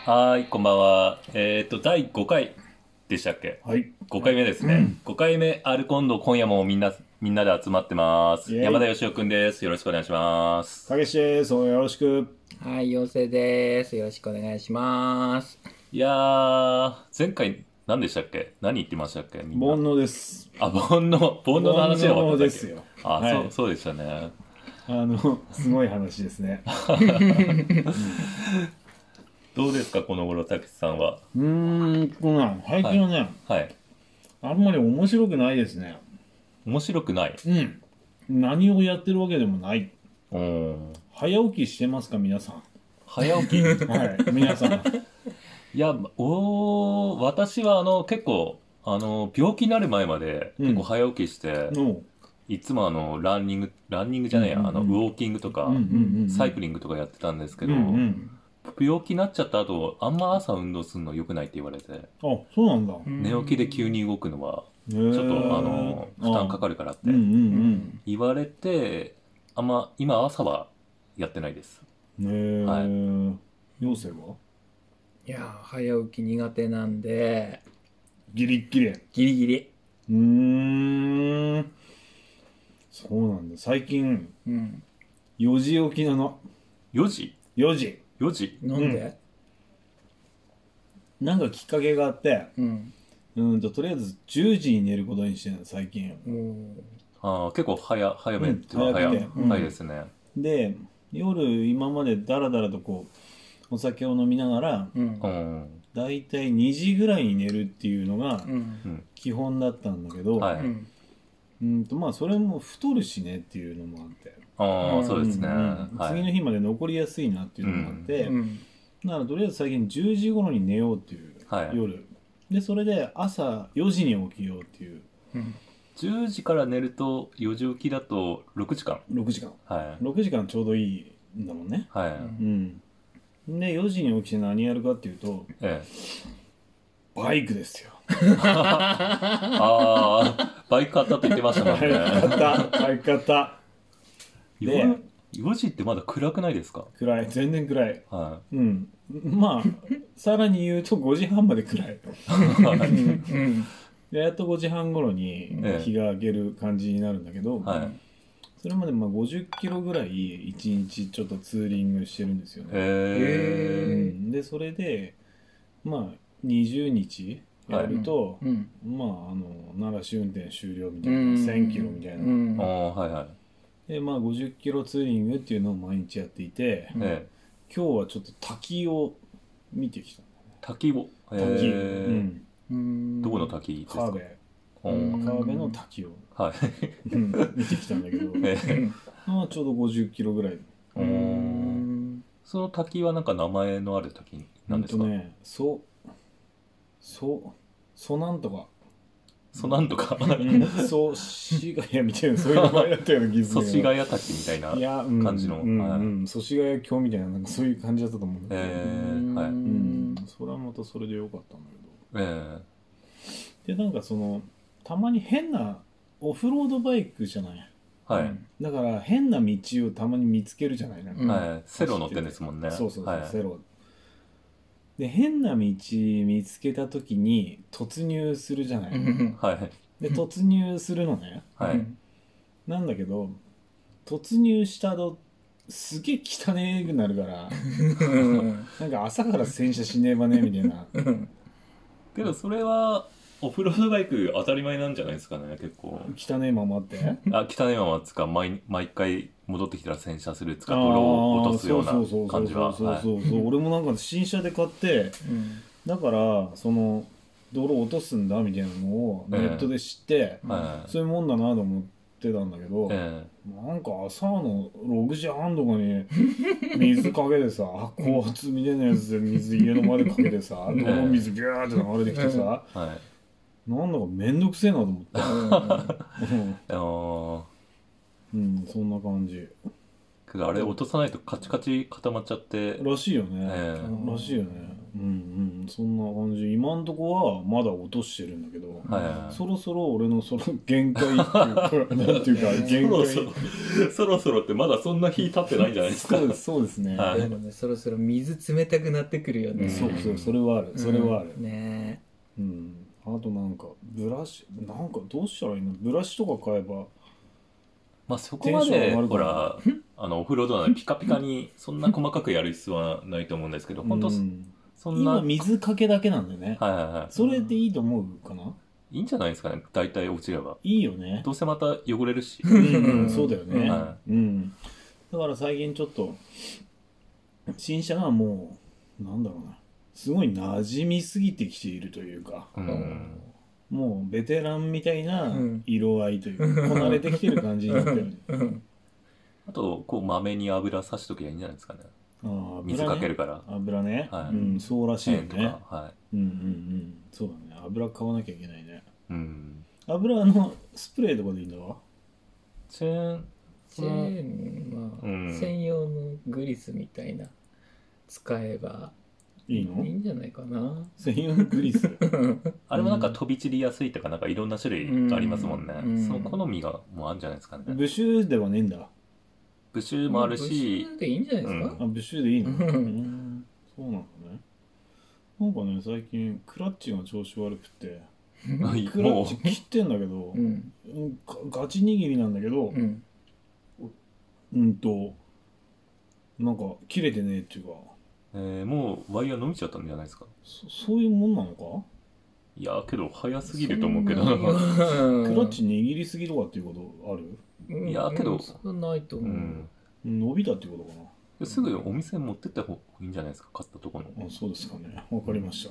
はい、こんばんは。第5回でしたっけ？ はい。 5回目ですね。5回目、アルコンド、今夜もみんなで集まってます。 イェイ。 山田義雄くんです。よろしくお願いします。 たけしです。よろしく。 はい、陽性です。よろしくお願いします。 いやー、前回何でしたっけ？何言ってましたっけみんな。 煩悩です。 あ、煩悩の話で終わったっけ？ 煩悩ですよ。 あ、 はい。 そうでしたね。 すごい話ですね。 どうですか、この頃、たけしさんは。 最近はね、 はい。 あんまり面白くないですね。 面白くない。 うん。何をやってるわけでもない。 うーん。 早起きしてますか、皆さん。 早起き。 はい、皆さん。 いや、私は結構、病気になる前まで結構早起きして、 の、 いつもランニングじゃないや、ウォーキングとか、サイクリングとかやってたんですけど、病気になっちゃった後、あんま朝運動するの良くないって言われて、 あ、そうなんだ。 寝起きで急に動くのは、 ちょちょっと負担かかるからって言われて、あんま今朝はやってないです。 陽性はいや、早起き苦手なんで、 ギリッギリ。 ギリギリ。 そうなんだ。最近、 うん。 4時起きなの。 4時 4時。 ?4 時なんで？ なんかきっかけがあって、 うん。 とりあえず10時に寝ることにしてるの、最近。 結構早めっていうのは早くて早いですね。 で、夜今までダラダラとこう、お酒を飲みながら、だいたい2時ぐらいに寝るっていうのが基本だったんだけど、 はい。 まあそれも太るしねっていうのもあって、 そうですね。 次の日まで残りやすいなっていうのもあって、だからとりあえず最近10時頃に寝ようっていう、夜で、それで朝4時に起きようっていう。 10時から寝ると4時起きだと6時間。 6時間。 はい。 6時間ちょうどいいんだもんね。 はい。 で、4時に起きて何やるかっていうと、バイクですよ。 バイク買ったと言ってましたもんね。 バイク買った。 で、4時ってまだ暗くないですか？ 暗い。全然暗い。 はまあ、さらに言うと5時半まで暗い。やっと5時半頃に日が明ける感じになるんだけど、それまでまあ50キロぐらい1日ちょっとツーリングしてるんですよね。で、それで、まあ、20日やると、まあ、奈良市運転終了みたいな、1000キロみたいな。で、まあ、50キロツーリングっていうのを毎日やっていて、今日はちょっと滝を見てきた。 滝を滝。 どこの滝ですか？ 川辺の滝を見てきたんだけど、まあちょうど50キロぐらい。 その滝はなんか名前のある滝なんですか？ ソなんとか。 ソなんとか。 ソシガヤみたいな、そういう名前だったような気がする。 ソシガヤ滝みたいな感じの。 ソシガヤ峡みたいな、なんかそういう感じだったと思うんだけど。それはまたそれでよかったんだけど。で、なんかたまに変なオフロードバイクじゃない。だから変な道をたまに見つけるじゃない。 セロ乗ってんですもんね。 そう、セロ。で、変な道見つけた時に突入するじゃない。で、突入するのね。なんだけど、突入した後、すげえ汚くなるから、なんか朝から洗車しねえばねみたいな。 けどそれはオフロードバイク当たり前なんじゃないですかね、結構。 汚いままって汚いままつか、毎回戻ってきたら洗車するつか、泥を落とすような感じは。 俺もなんか新車で買って、だから泥落とすんだみたいなのをネットで知って、そういうもんだなと思ってたんだけど、なんか朝の6時半とかに水かけてさ、高圧みたいなやつで水家の前でかけてさ、泥水ギューって流れてきてさ、なんだかめんどくせえなと思って。そんな感じ。 けどあれ落とさないとカチカチ固まっちゃってらしいよね、らしいよね。うんうん、そんな感じ。今んとこはまだ落としてるんだけど、そろそろ俺のその限界っていうかなんていうか限界そろそろってまだそんな日経ってないんじゃないですか。 そうですね。 でもね、そろそろ水冷たくなってくるよね。 そうそれはある、それはある。 ね。 うん。あとなんかブラシなんかどうしたらいいの？ブラシとか買えば。 まあそこまでほらお風呂とかピカピカにそんな細かくやる必要はないと思うんですけど、本当そんな今水かけだけなんだよね。 はいはいはい。 それでいいと思うかな？ いいんじゃないですかね。大体落ちれば。 いいよね。 どうせまた汚れるし。 そうだよね。うん。だから最近ちょっと新車がもうなんだろうな、すごい馴染みすぎてきているというか、もうベテランみたいな色合いというか、こなれてきてる感じになってる。 あとこうまめに油さしときゃいいんじゃないですかね。水かけるから。 油ね。 はい。 そうらしいよね。 はい。 そうだね。油買わなきゃいけないね。 うん。 油スプレーとかでいいんだわ。 チェーンは専用のグリスみたいな使えばいいんじゃないかな。 専用のグリス。 あれもなんか飛び散りやすいとかなんかいろんな種類ありますもんね。その好みがもうあるんじゃないですかね。 ブシューではねえんだ。 ブシューもあるし、ブシューでいいんじゃないですか。 ブシューでいいの？そうなんだね。なんかね、最近クラッチが調子悪くてクラッチ切ってんだけど、ガチ握りなんだけど、なんか切れてねえっていうか、 もうワイヤー伸びちゃったんじゃないですか。 そういうもんなのか。 いやけど早すぎると思うけどクラッチ握りすぎとかっていうことある？ いやけどそれはないと思う。 伸びたっていうことかな。 すぐお店に持ってった方がいいんじゃないですか、買ったところ。 そうですかね。わかりました。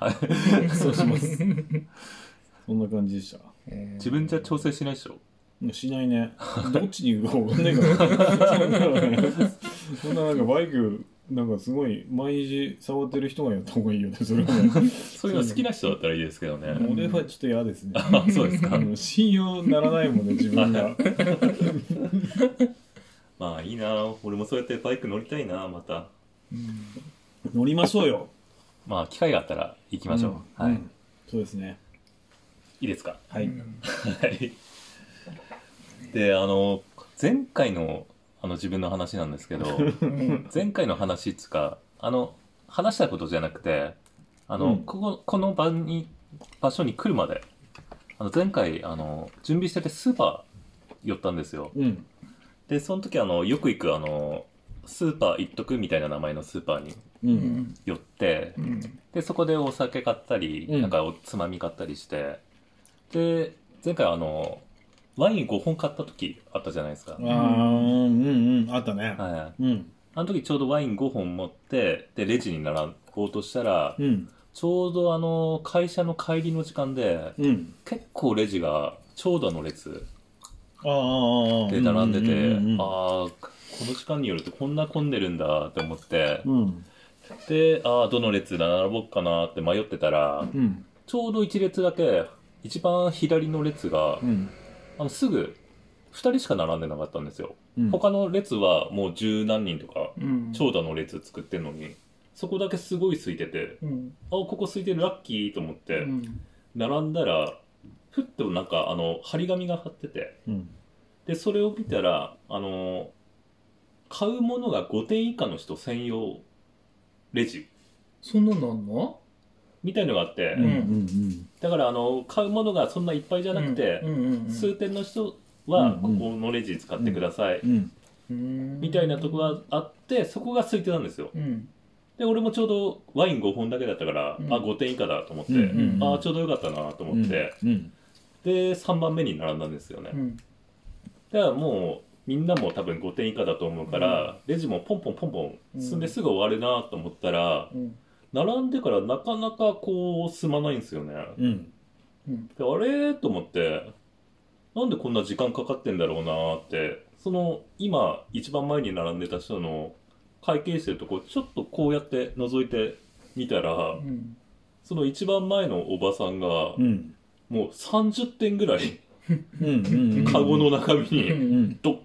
そうします。そんな感じでした。 自分じゃ調整しないでしょ？ しないね。どっちに行くか分かんないからそんななんかバイクなんかすごい毎日触ってる人がやった方がいいよね、それはね。 そういうの好きな人だったらいいですけどね。 俺はちょっと嫌ですね。 そうですか。 信用ならないもんね、自分が。 まあいいな、俺もそうやってバイク乗りたいな、また。 乗りましょうよ。 まあ機会があったら行きましょう。はい。 そうですね。 いいですか？ はい。 はい。で、前回の自分の話なんですけど、前回の話っつか、話したことじゃなくて、この場所に来るまで、前回、準備しててスーパー寄ったんですよ。で、その時よく行くスーパー一徳みたいな名前のスーパーに寄って、で、そこでお酒買ったり、なんかおつまみ買ったりして、で、前回ワイン5本買った時あったじゃないですか。 あったね。 はい。あの時ちょうどワイン5本持って、で、レジに並ぼうとしたら、ちょうど会社の帰りの時間で、結構レジが長蛇の列で並んでて、この時間によるとこんな混んでるんだって思って、で、どの列並ぼうかなって迷ってたら、ちょうど1列だけ、一番左の列が、すぐ2人しか並んでなかったんですよ。他の列はもう十何人とか、長蛇の列作ってんのに、そこだけすごい空いてて、ここ空いてるラッキーと思って、並んだら、ふっとなんか張り紙が貼ってて、で、それを見たら、買うものが5点以下の人専用レジ。 そんなのあんの？ みたいのがあって、だから買うものがそんないっぱいじゃなくて、数点の人はここのレジ使ってください、みたいなとこがあって、そこが空いてたんですよ。で、俺もちょうどワイン5本だけだったから、5点以下だと思って、ちょうどよかったなと思って、で、3番目に並んだんですよね。だからもう、みんなも多分5点以下だと思うから、レジもポンポンポンポン進んですぐ終わるなと思ったら、並んでからなかなかこう進まないんですよね。で、あれと思って、なんでこんな時間かかってんだろうなって、今一番前に並んでた人の会計してるとこちょっとこうやって覗いてみたら、その一番前のおばさんが、もう30点ぐらいカゴの中身にドッ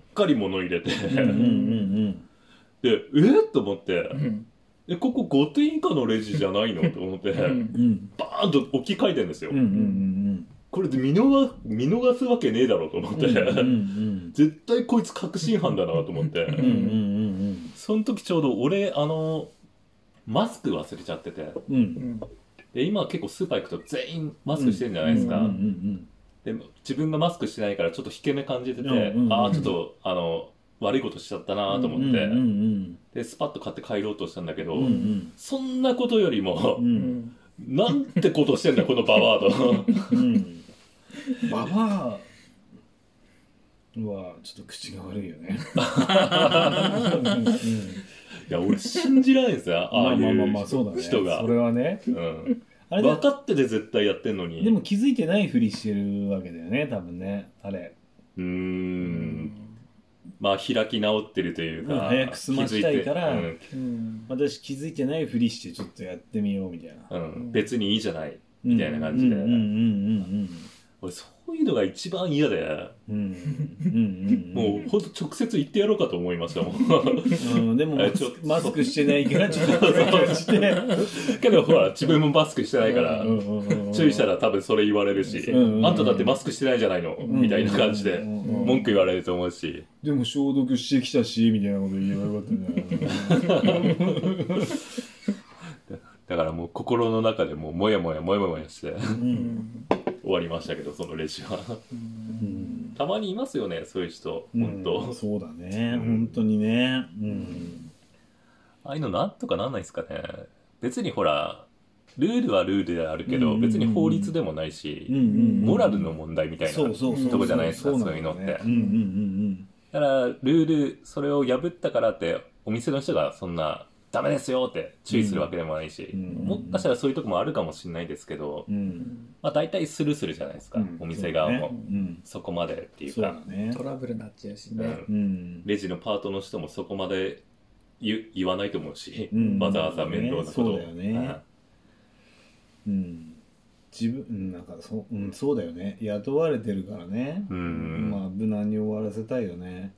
かり物入れてでと思って、ここ5点以下のレジじゃないのと思ってバーンと置き換えてんですよ。これで見逃すわけねえだろうと思って絶対こいつ確信犯だなと思ってその時ちょうど俺マスク忘れちゃってて、で今結構スーパー行くと全員マスクしてるんじゃないですか。で自分がマスクしてないからちょっと引け目感じてて、ああちょっと悪いことしちゃったなと思って、でスパッと買って帰ろうとしたんだけど、そんなことよりも、なんてことしてんだこのババアとババアはちょっと口が悪いよねいや俺信じられないですよ、ああいう人が。 それはね、 あれ分かってて絶対やってんのに。 でも気づいてないふりしてるわけだよね多分ね、あれ。 まあ開き直ってるというか、 早く済ましたいから、私気づいてないふりしてちょっとやってみようみたいな、 別にいいじゃないみたいな感じで、俺そういうのが一番嫌で、もうほんと直接言ってやろうかと思いましたもんでもマスクしてないからちょっとしてけどほら自分もマスクしてないから注意したら多分それ言われるし、あんただってマスクしてないじゃないのみたいな感じで文句言われると思うし、 でも消毒してきたしみたいなこと言えばよかったんじゃないだからもう心の中でもうもやもやして終わりましたけど、そのレジはたまにいますよねそういう人、本当。 そうだね、本当にね。 ああいうのなんとかなんないですかね。別にほらルールはルールであるけど、別に法律でもないし、モラルの問題みたいなとこじゃないですか、そういうのって。だからルールそれを破ったからってお店の人がそんなダメですよって注意するわけでもないし、もしかしたらそういうとこもあるかもしれないですけど、まあ大体スルするじゃないですか、お店側も、そこまでっていうか、 トラブルになっちゃうしね、 レジのパートの人もそこまで言わないと思うし、わざわざ面倒なことを。 そうだよね。自分なんかそうだよね、雇われてるからね、まあ無難に終わらせたいよね。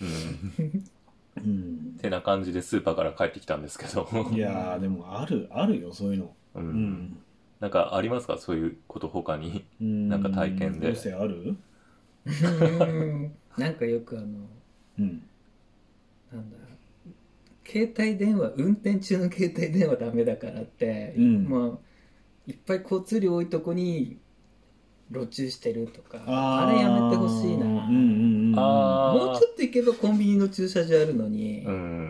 てな感じでスーパーから帰ってきたんですけどいやでもあるよそういうの。 なんかありますかそういうこと他に、なんか体験で。 どうせあるなんかよくなんだ携帯電話運転中の携帯電話ダメだからって、まあいっぱい交通量多いとこに路駐してるとか、あれやめてほしいな。もうちょっと行けばコンビニの駐車場あるのに、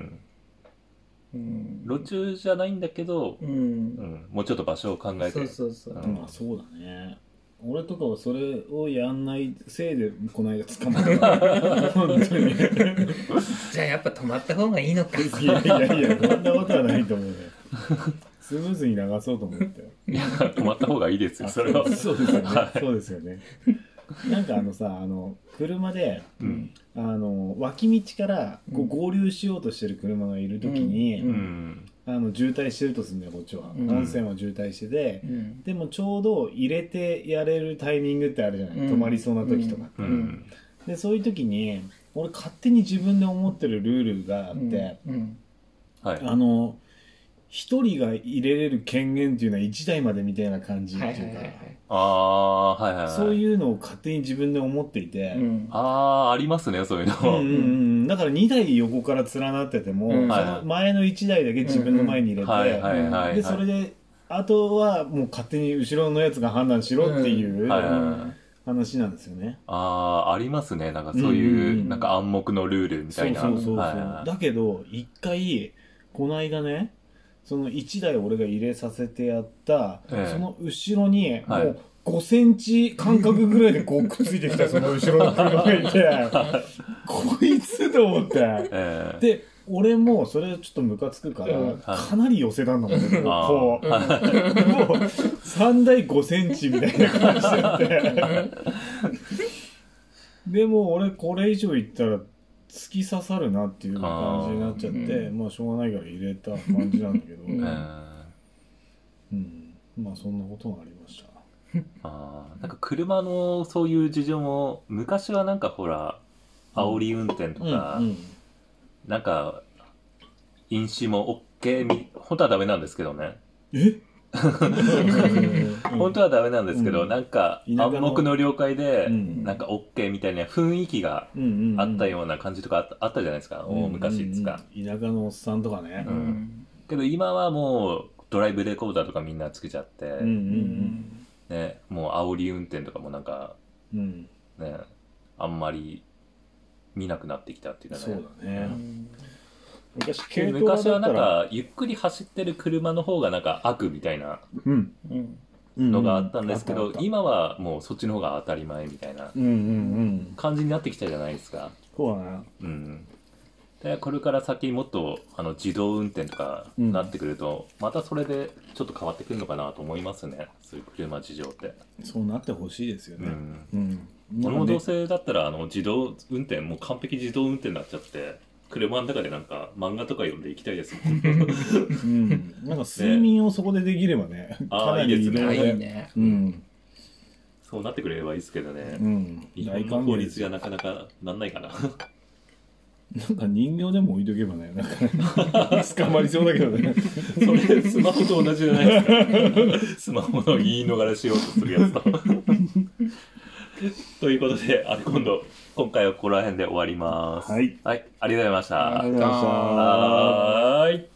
路駐じゃないんだけど、もうちょっと場所を考えて。 そうだね。俺とかはそれをやんないせいでこの間捕まった本当にじゃあやっぱ止まった方がいいのか。 いやそんなことはないと思うね。スムーズに流そうと思って。 いや止まった方がいいですよそれは。 そうですよね、そうですよね。なんか車で、脇道からこう合流しようとしてる車がいるときに、渋滞してるとするんだよこっちは。本線は渋滞してて、でもちょうど入れてやれるタイミングってあるじゃない、止まりそうな時とかって、でそういう時に俺勝手に自分で思ってるルールがあって、一人が入れれる権限っていうのは1台までみたいな感じっていうか、そういうのを勝手に自分で思っていて、 ありますねそういうの。 だから2台横から連なってても、その前の1台だけ自分の前に入れて、でそれであとはもう勝手に後ろのやつが判断しろっていう話なんですよね。 ありますね、なんかそういうなんか暗黙のルールみたいな。 だけど一回この間ね、その1台俺が入れさせてやった、その後ろにもう5センチ間隔ぐらいでこうくっついてきたその後ろの車がいてこいつと思って、で俺もそれちょっとムカつくから、かなり寄せたんだもんね、こうもう3台5センチみたいな感じでやってでも俺これ以上いったら突き刺さるなっていう感じになっちゃって、まあしょうがないから入れた感じなんだけど、まあそんなことがありました。 なんか車のそういう事情も昔はなんかほら煽り運転とか、なんか飲酒も OK 本当はダメなんですけどね。本当はダメなんですけど、なんか暗黙の了解でなんか OK みたいな雰囲気があったような感じとかあったじゃないですか、大昔ですか。 田舎のおっさんとかね。 けど今はもうドライブレコーダーとかみんなつけちゃって、ね、もう煽り運転とかもなんか、ね、あんまり見なくなってきたっていうかね。 そうだね。 昔はなんかゆっくり走ってる車の方がなんか悪みたいなのがあったんですけど、今はもうそっちの方が当たり前みたいな感じになってきたじゃないですか。 そうだね。 でこれから先もっと自動運転とかなってくると、またそれでちょっと変わってくるのかなと思いますね、そういう車事情って。 そうなってほしいですよね。 俺もどうせだったら自動運転もう完璧自動運転になっちゃって、車の中でなんか漫画とか読んでいきたいですもん。 なんか睡眠をそこでできればね、かなり移動で、 いいね。 そうなってくれればいいですけどね。日本の法律がなかなかなんないかな。 なんか人形でも置いとけばね、なんか捕まりそうだけどね。 それスマホと同じじゃないですか。スマホの言い逃れしようとするやつと。ということで、今回はここら辺で終わります。はい。ありがとうございました。 ありがとうございました。 はい。